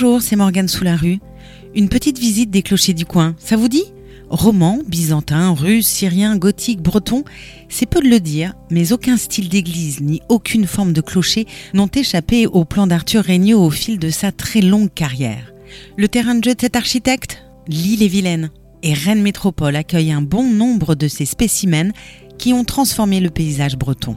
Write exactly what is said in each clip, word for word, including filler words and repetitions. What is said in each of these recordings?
Bonjour, c'est Morgane Soularue. Une petite visite des clochers du coin, ça vous dit ? Roman, byzantin, russe, syrien, gothique, breton, c'est peu de le dire, mais aucun style d'église ni aucune forme de clocher n'ont échappé au plan d'Arthur Regnault au fil de sa très longue carrière. Le terrain de jeu de cet architecte ? L'Ille-et-Vilaine. Et Rennes Métropole accueille un bon nombre de ces spécimens qui ont transformé le paysage breton.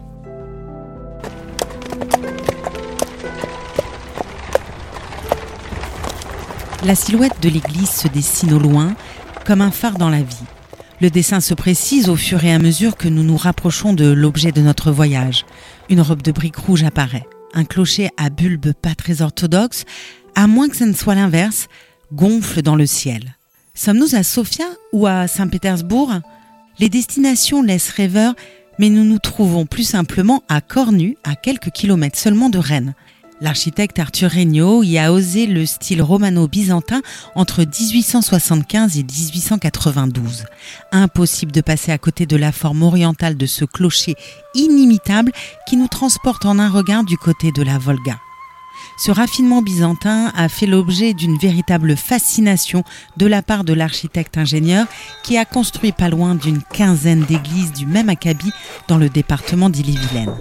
La silhouette de l'église se dessine au loin, comme un phare dans la vie. Le dessin se précise au fur et à mesure que nous nous rapprochons de l'objet de notre voyage. Une robe de briques rouges apparaît. Un clocher à bulbe pas très orthodoxe, à moins que ce ne soit l'inverse, gonfle dans le ciel. Sommes-nous à Sofia ou à Saint-Pétersbourg ? Les destinations laissent rêveurs, mais nous nous trouvons plus simplement à Cornu, à quelques kilomètres seulement de Rennes. L'architecte Arthur Regnault y a osé le style romano-byzantin entre dix-huit cent soixante-quinze et dix-huit cent quatre-vingt-douze. Impossible de passer à côté de la forme orientale de ce clocher inimitable qui nous transporte en un regard du côté de la Volga. Ce raffinement byzantin a fait l'objet d'une véritable fascination de la part de l'architecte-ingénieur qui a construit pas loin d'une quinzaine d'églises du même acabit dans le département d'Ille-et-Vilaine.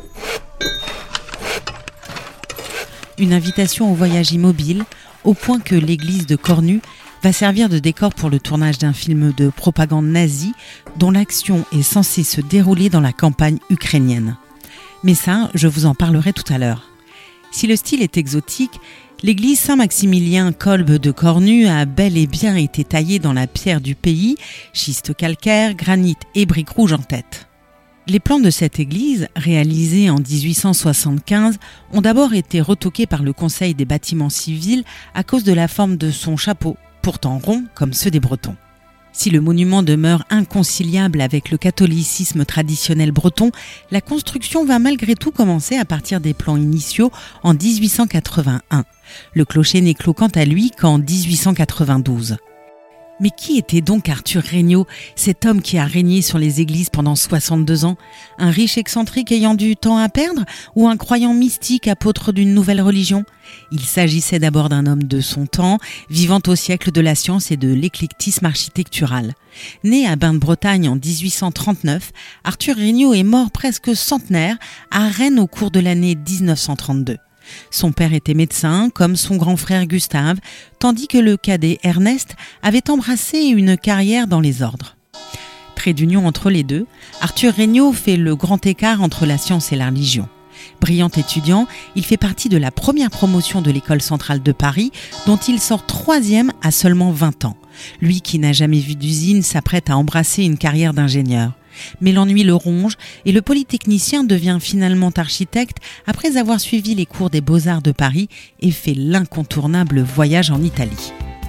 Une invitation au voyage immobile, au point que l'église de Cornu va servir de décor pour le tournage d'un film de propagande nazie dont l'action est censée se dérouler dans la campagne ukrainienne. Mais ça, je vous en parlerai tout à l'heure. Si le style est exotique, l'église Saint-Maximilien Kolbe de Cornu a bel et bien été taillée dans la pierre du pays, schiste calcaire, granit et briques rouges en tête. Les plans de cette église, réalisés en dix-huit cent soixante-quinze, ont d'abord été retoqués par le Conseil des bâtiments civils à cause de la forme de son chapeau, pourtant rond comme ceux des Bretons. Si le monument demeure inconciliable avec le catholicisme traditionnel breton, la construction va malgré tout commencer à partir des plans initiaux en dix-huit cent quatre-vingt-un. Le clocher n'éclot quant à lui qu'en dix-huit cent quatre-vingt-douze. Mais qui était donc Arthur Regnault, cet homme qui a régné sur les églises pendant soixante-deux ans ? Un riche excentrique ayant du temps à perdre ou un croyant mystique apôtre d'une nouvelle religion ? Il s'agissait d'abord d'un homme de son temps, vivant au siècle de la science et de l'éclectisme architectural. Né à Bain-de-Bretagne en dix-huit cent trente-neuf, Arthur Regnault est mort presque centenaire à Rennes au cours de l'année dix-neuf cent trente-deux. Son père était médecin, comme son grand frère Gustave, tandis que le cadet Ernest avait embrassé une carrière dans les ordres. Trait d'union entre les deux, Arthur Regnault fait le grand écart entre la science et la religion. Brillant étudiant, il fait partie de la première promotion de l'école centrale de Paris, dont il sort troisième à seulement vingt ans. Lui qui n'a jamais vu d'usine s'apprête à embrasser une carrière d'ingénieur. Mais l'ennui le ronge et le polytechnicien devient finalement architecte après avoir suivi les cours des Beaux-Arts de Paris et fait l'incontournable voyage en Italie.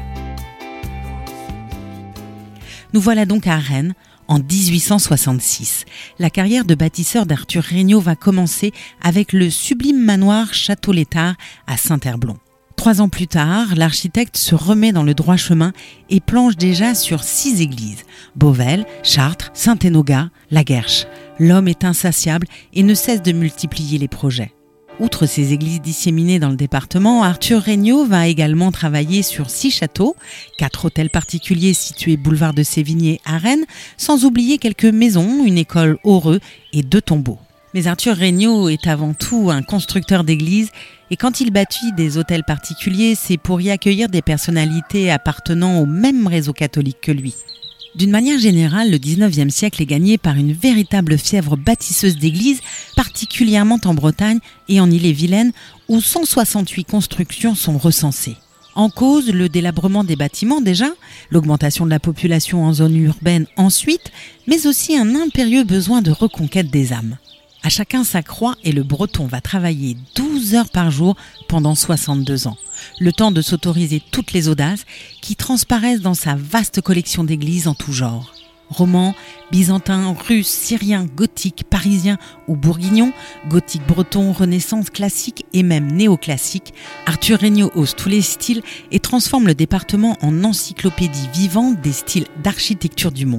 Nous voilà donc à Rennes en dix-huit cent soixante-six. La carrière de bâtisseur d'Arthur Regnault va commencer avec le sublime manoir Château-Létard à Saint-Herblain. Trois ans plus tard, l'architecte se remet dans le droit chemin et planche déjà sur six églises. Beauvais, Chartres, Saint-Enogat, La Guerche. L'homme est insatiable et ne cesse de multiplier les projets. Outre ces églises disséminées dans le département, Arthur Regnault va également travailler sur six châteaux, quatre hôtels particuliers situés boulevard de Sévigné à Rennes, sans oublier quelques maisons, une école Aureux et deux tombeaux. Mais Arthur Regnault est avant tout un constructeur d'églises et quand il bâtit des hôtels particuliers, c'est pour y accueillir des personnalités appartenant au même réseau catholique que lui. D'une manière générale, le dix-neuvième siècle est gagné par une véritable fièvre bâtisseuse d'églises, particulièrement en Bretagne et en Ille-et-Vilaine, où cent soixante-huit constructions sont recensées. En cause, le délabrement des bâtiments déjà, l'augmentation de la population en zone urbaine ensuite, mais aussi un impérieux besoin de reconquête des âmes. À chacun sa croix et le breton va travailler douze heures par jour pendant soixante-deux ans. Le temps de s'autoriser toutes les audaces qui transparaissent dans sa vaste collection d'églises en tout genre. Romans, byzantins, russes, syriens, gothiques, parisiens ou bourguignons, gothique breton, renaissance classique et même néoclassique, Arthur Regnault ose tous les styles et transforme le département en encyclopédie vivante des styles d'architecture du monde.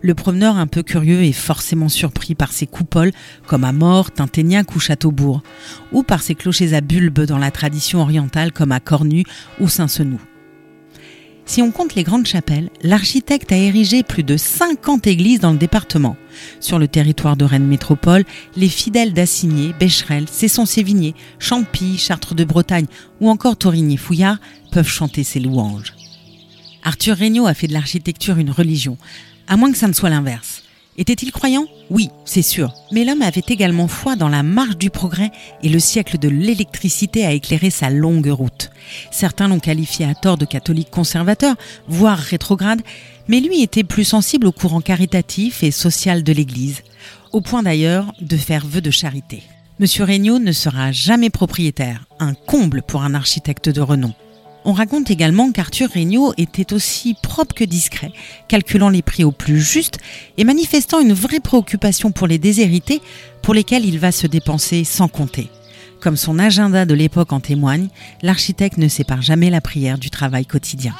Le promeneur un peu curieux est forcément surpris par ses coupoles comme à Mort, Tinténiac ou Châteaubourg, ou par ses clochers à bulbes dans la tradition orientale comme à Cornu ou Saint-Senou. Si on compte les grandes chapelles, l'architecte a érigé plus de cinquante églises dans le département. Sur le territoire de Rennes Métropole, les fidèles d'Assigné, Becherel, Cesson-Sévigné, Champy, Chartres de Bretagne ou encore Torigny-Fouillard peuvent chanter ses louanges. Arthur Regnault a fait de l'architecture une religion, à moins que ça ne soit l'inverse. Était-il croyant ? Oui, c'est sûr. Mais l'homme avait également foi dans la marche du progrès et le siècle de l'électricité a éclairé sa longue route. Certains l'ont qualifié à tort de catholique conservateur, voire rétrograde, mais lui était plus sensible au courant caritatif et social de l'Église, au point d'ailleurs de faire vœu de charité. Monsieur Regnault ne sera jamais propriétaire, un comble pour un architecte de renom. On raconte également qu'Arthur Regnault était aussi propre que discret, calculant les prix au plus juste et manifestant une vraie préoccupation pour les déshérités pour lesquels il va se dépenser sans compter. Comme son agenda de l'époque en témoigne, l'architecte ne sépare jamais la prière du travail quotidien.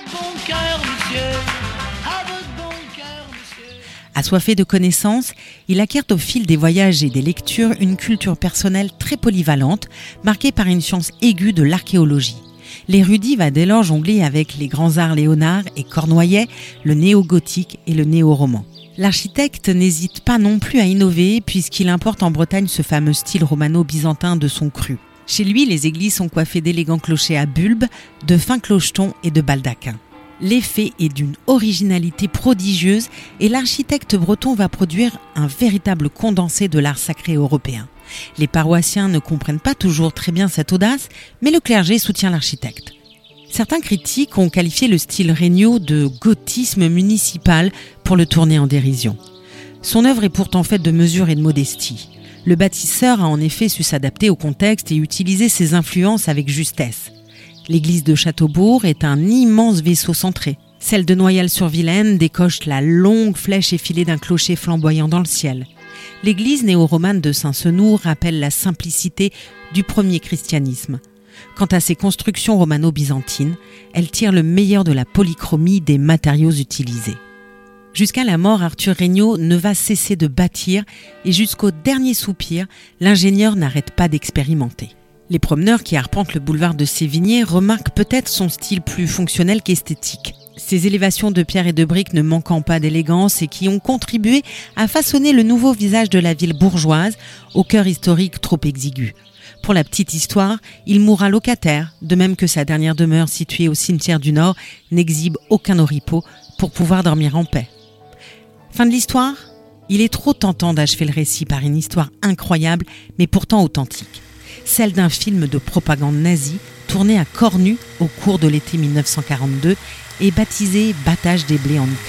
Assoiffé de connaissances, il acquiert au fil des voyages et des lectures une culture personnelle très polyvalente, marquée par une science aiguë de l'archéologie. L'érudit va dès lors jongler avec les grands arts Léonard et Cornoillet, le néo-gothique et le néo-roman. L'architecte n'hésite pas non plus à innover puisqu'il importe en Bretagne ce fameux style romano-byzantin de son cru. Chez lui, les églises sont coiffées d'élégants clochers à bulbes, de fins clochetons et de baldaquins. L'effet est d'une originalité prodigieuse et l'architecte breton va produire un véritable condensé de l'art sacré européen. Les paroissiens ne comprennent pas toujours très bien cette audace, mais le clergé soutient l'architecte. Certains critiques ont qualifié le style Regnault de gothisme municipal pour le tourner en dérision. Son œuvre est pourtant faite de mesure et de modestie. Le bâtisseur a en effet su s'adapter au contexte et utiliser ses influences avec justesse. L'église de Châteaubourg est un immense vaisseau centré. Celle de Noyal-sur-Vilaine décoche la longue flèche effilée d'un clocher flamboyant dans le ciel. L'église néo-romane de Saint-Senou rappelle la simplicité du premier christianisme. Quant à ses constructions romano-byzantines, elles tirent le meilleur de la polychromie des matériaux utilisés. Jusqu'à la mort, Arthur Regnault ne va cesser de bâtir et jusqu'au dernier soupir, l'ingénieur n'arrête pas d'expérimenter. Les promeneurs qui arpentent le boulevard de Sévigné remarquent peut-être son style plus fonctionnel qu'esthétique. Ces élévations de pierre et de briques ne manquant pas d'élégance et qui ont contribué à façonner le nouveau visage de la ville bourgeoise, au cœur historique trop exigu. Pour la petite histoire, il mourra locataire, de même que sa dernière demeure située au cimetière du Nord n'exhibe aucun oripeau pour pouvoir dormir en paix. Fin de l'histoire ? Il est trop tentant d'achever le récit par une histoire incroyable, mais pourtant authentique. Celle d'un film de propagande nazie tourné à Cornu au cours de l'été dix-neuf cent quarante-deux et baptisé « Battage des blés en Ukraine ».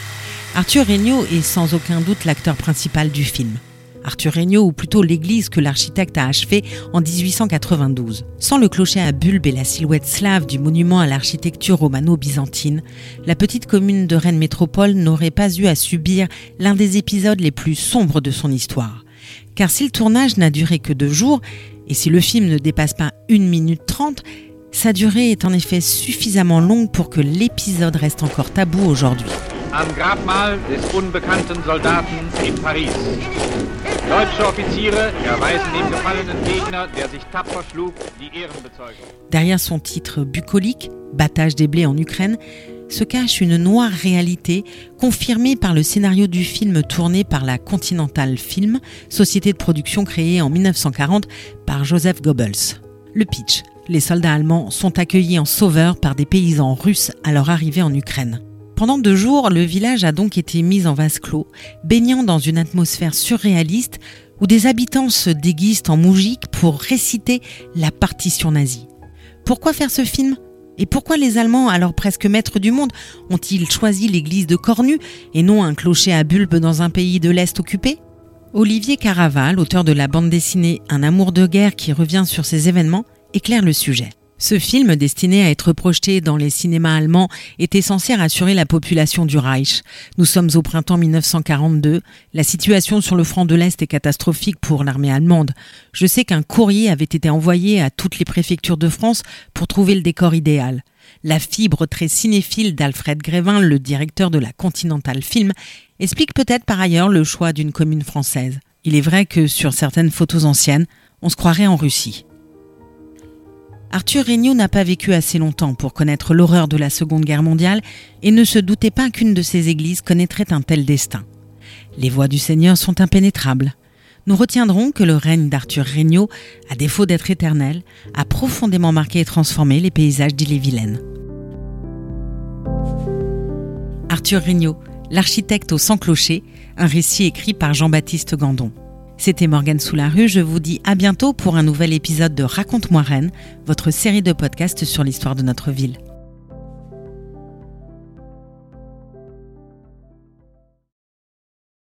Arthur Regnault est sans aucun doute l'acteur principal du film. Arthur Regnault, ou plutôt l'église que l'architecte a achevée en dix-huit cent quatre-vingt-douze. Sans le clocher à bulbe et la silhouette slave du monument à l'architecture romano-byzantine, la petite commune de Rennes Métropole n'aurait pas eu à subir l'un des épisodes les plus sombres de son histoire. Car si le tournage n'a duré que deux jours, et si le film ne dépasse pas une minute trente, sa durée est en effet suffisamment longue pour que l'épisode reste encore tabou aujourd'hui. Am Grabmal des unbekannten Soldaten in Paris. Deutsche Offiziere erweisen dem gefallenen Gegner, der sich tapfer schlug, die Ehrenbezeugung. Derrière son titre bucolique, Battage des blés en Ukraine, se cache une noire réalité confirmée par le scénario du film tourné par la Continental Film, société de production créée en dix-neuf cent quarante par Joseph Goebbels. Le pitch, les soldats allemands sont accueillis en sauveurs par des paysans russes à leur arrivée en Ukraine. Pendant deux jours, le village a donc été mis en vase clos, baignant dans une atmosphère surréaliste où des habitants se déguisent en moujiks pour réciter la partition nazie. Pourquoi faire ce film ? Et pourquoi les Allemands, alors presque maîtres du monde, ont-ils choisi l'église de Cornu et non un clocher à bulbe dans un pays de l'Est occupé ? Olivier Caraval, auteur de la bande dessinée Un amour de guerre qui revient sur ces événements, éclaire le sujet. Ce film, destiné à être projeté dans les cinémas allemands, était censé rassurer la population du Reich. Nous sommes au printemps dix-neuf cent quarante-deux. La situation sur le front de l'Est est catastrophique pour l'armée allemande. Je sais qu'un courrier avait été envoyé à toutes les préfectures de France pour trouver le décor idéal. La fibre très cinéphile d'Alfred Grévin, le directeur de la Continental Film, explique peut-être par ailleurs le choix d'une commune française. Il est vrai que sur certaines photos anciennes, on se croirait en Russie. Arthur Regnault n'a pas vécu assez longtemps pour connaître l'horreur de la Seconde Guerre mondiale et ne se doutait pas qu'une de ses églises connaîtrait un tel destin. Les voies du Seigneur sont impénétrables. Nous retiendrons que le règne d'Arthur Regnault, à défaut d'être éternel, a profondément marqué et transformé les paysages d'Ille-et-Vilaine. Arthur Regnault, l'architecte aux cent clochers, un récit écrit par Jean-Baptiste Gandon. C'était Morgane Soularue, je vous dis à bientôt pour un nouvel épisode de Raconte-moi Rennes, votre série de podcasts sur l'histoire de notre ville.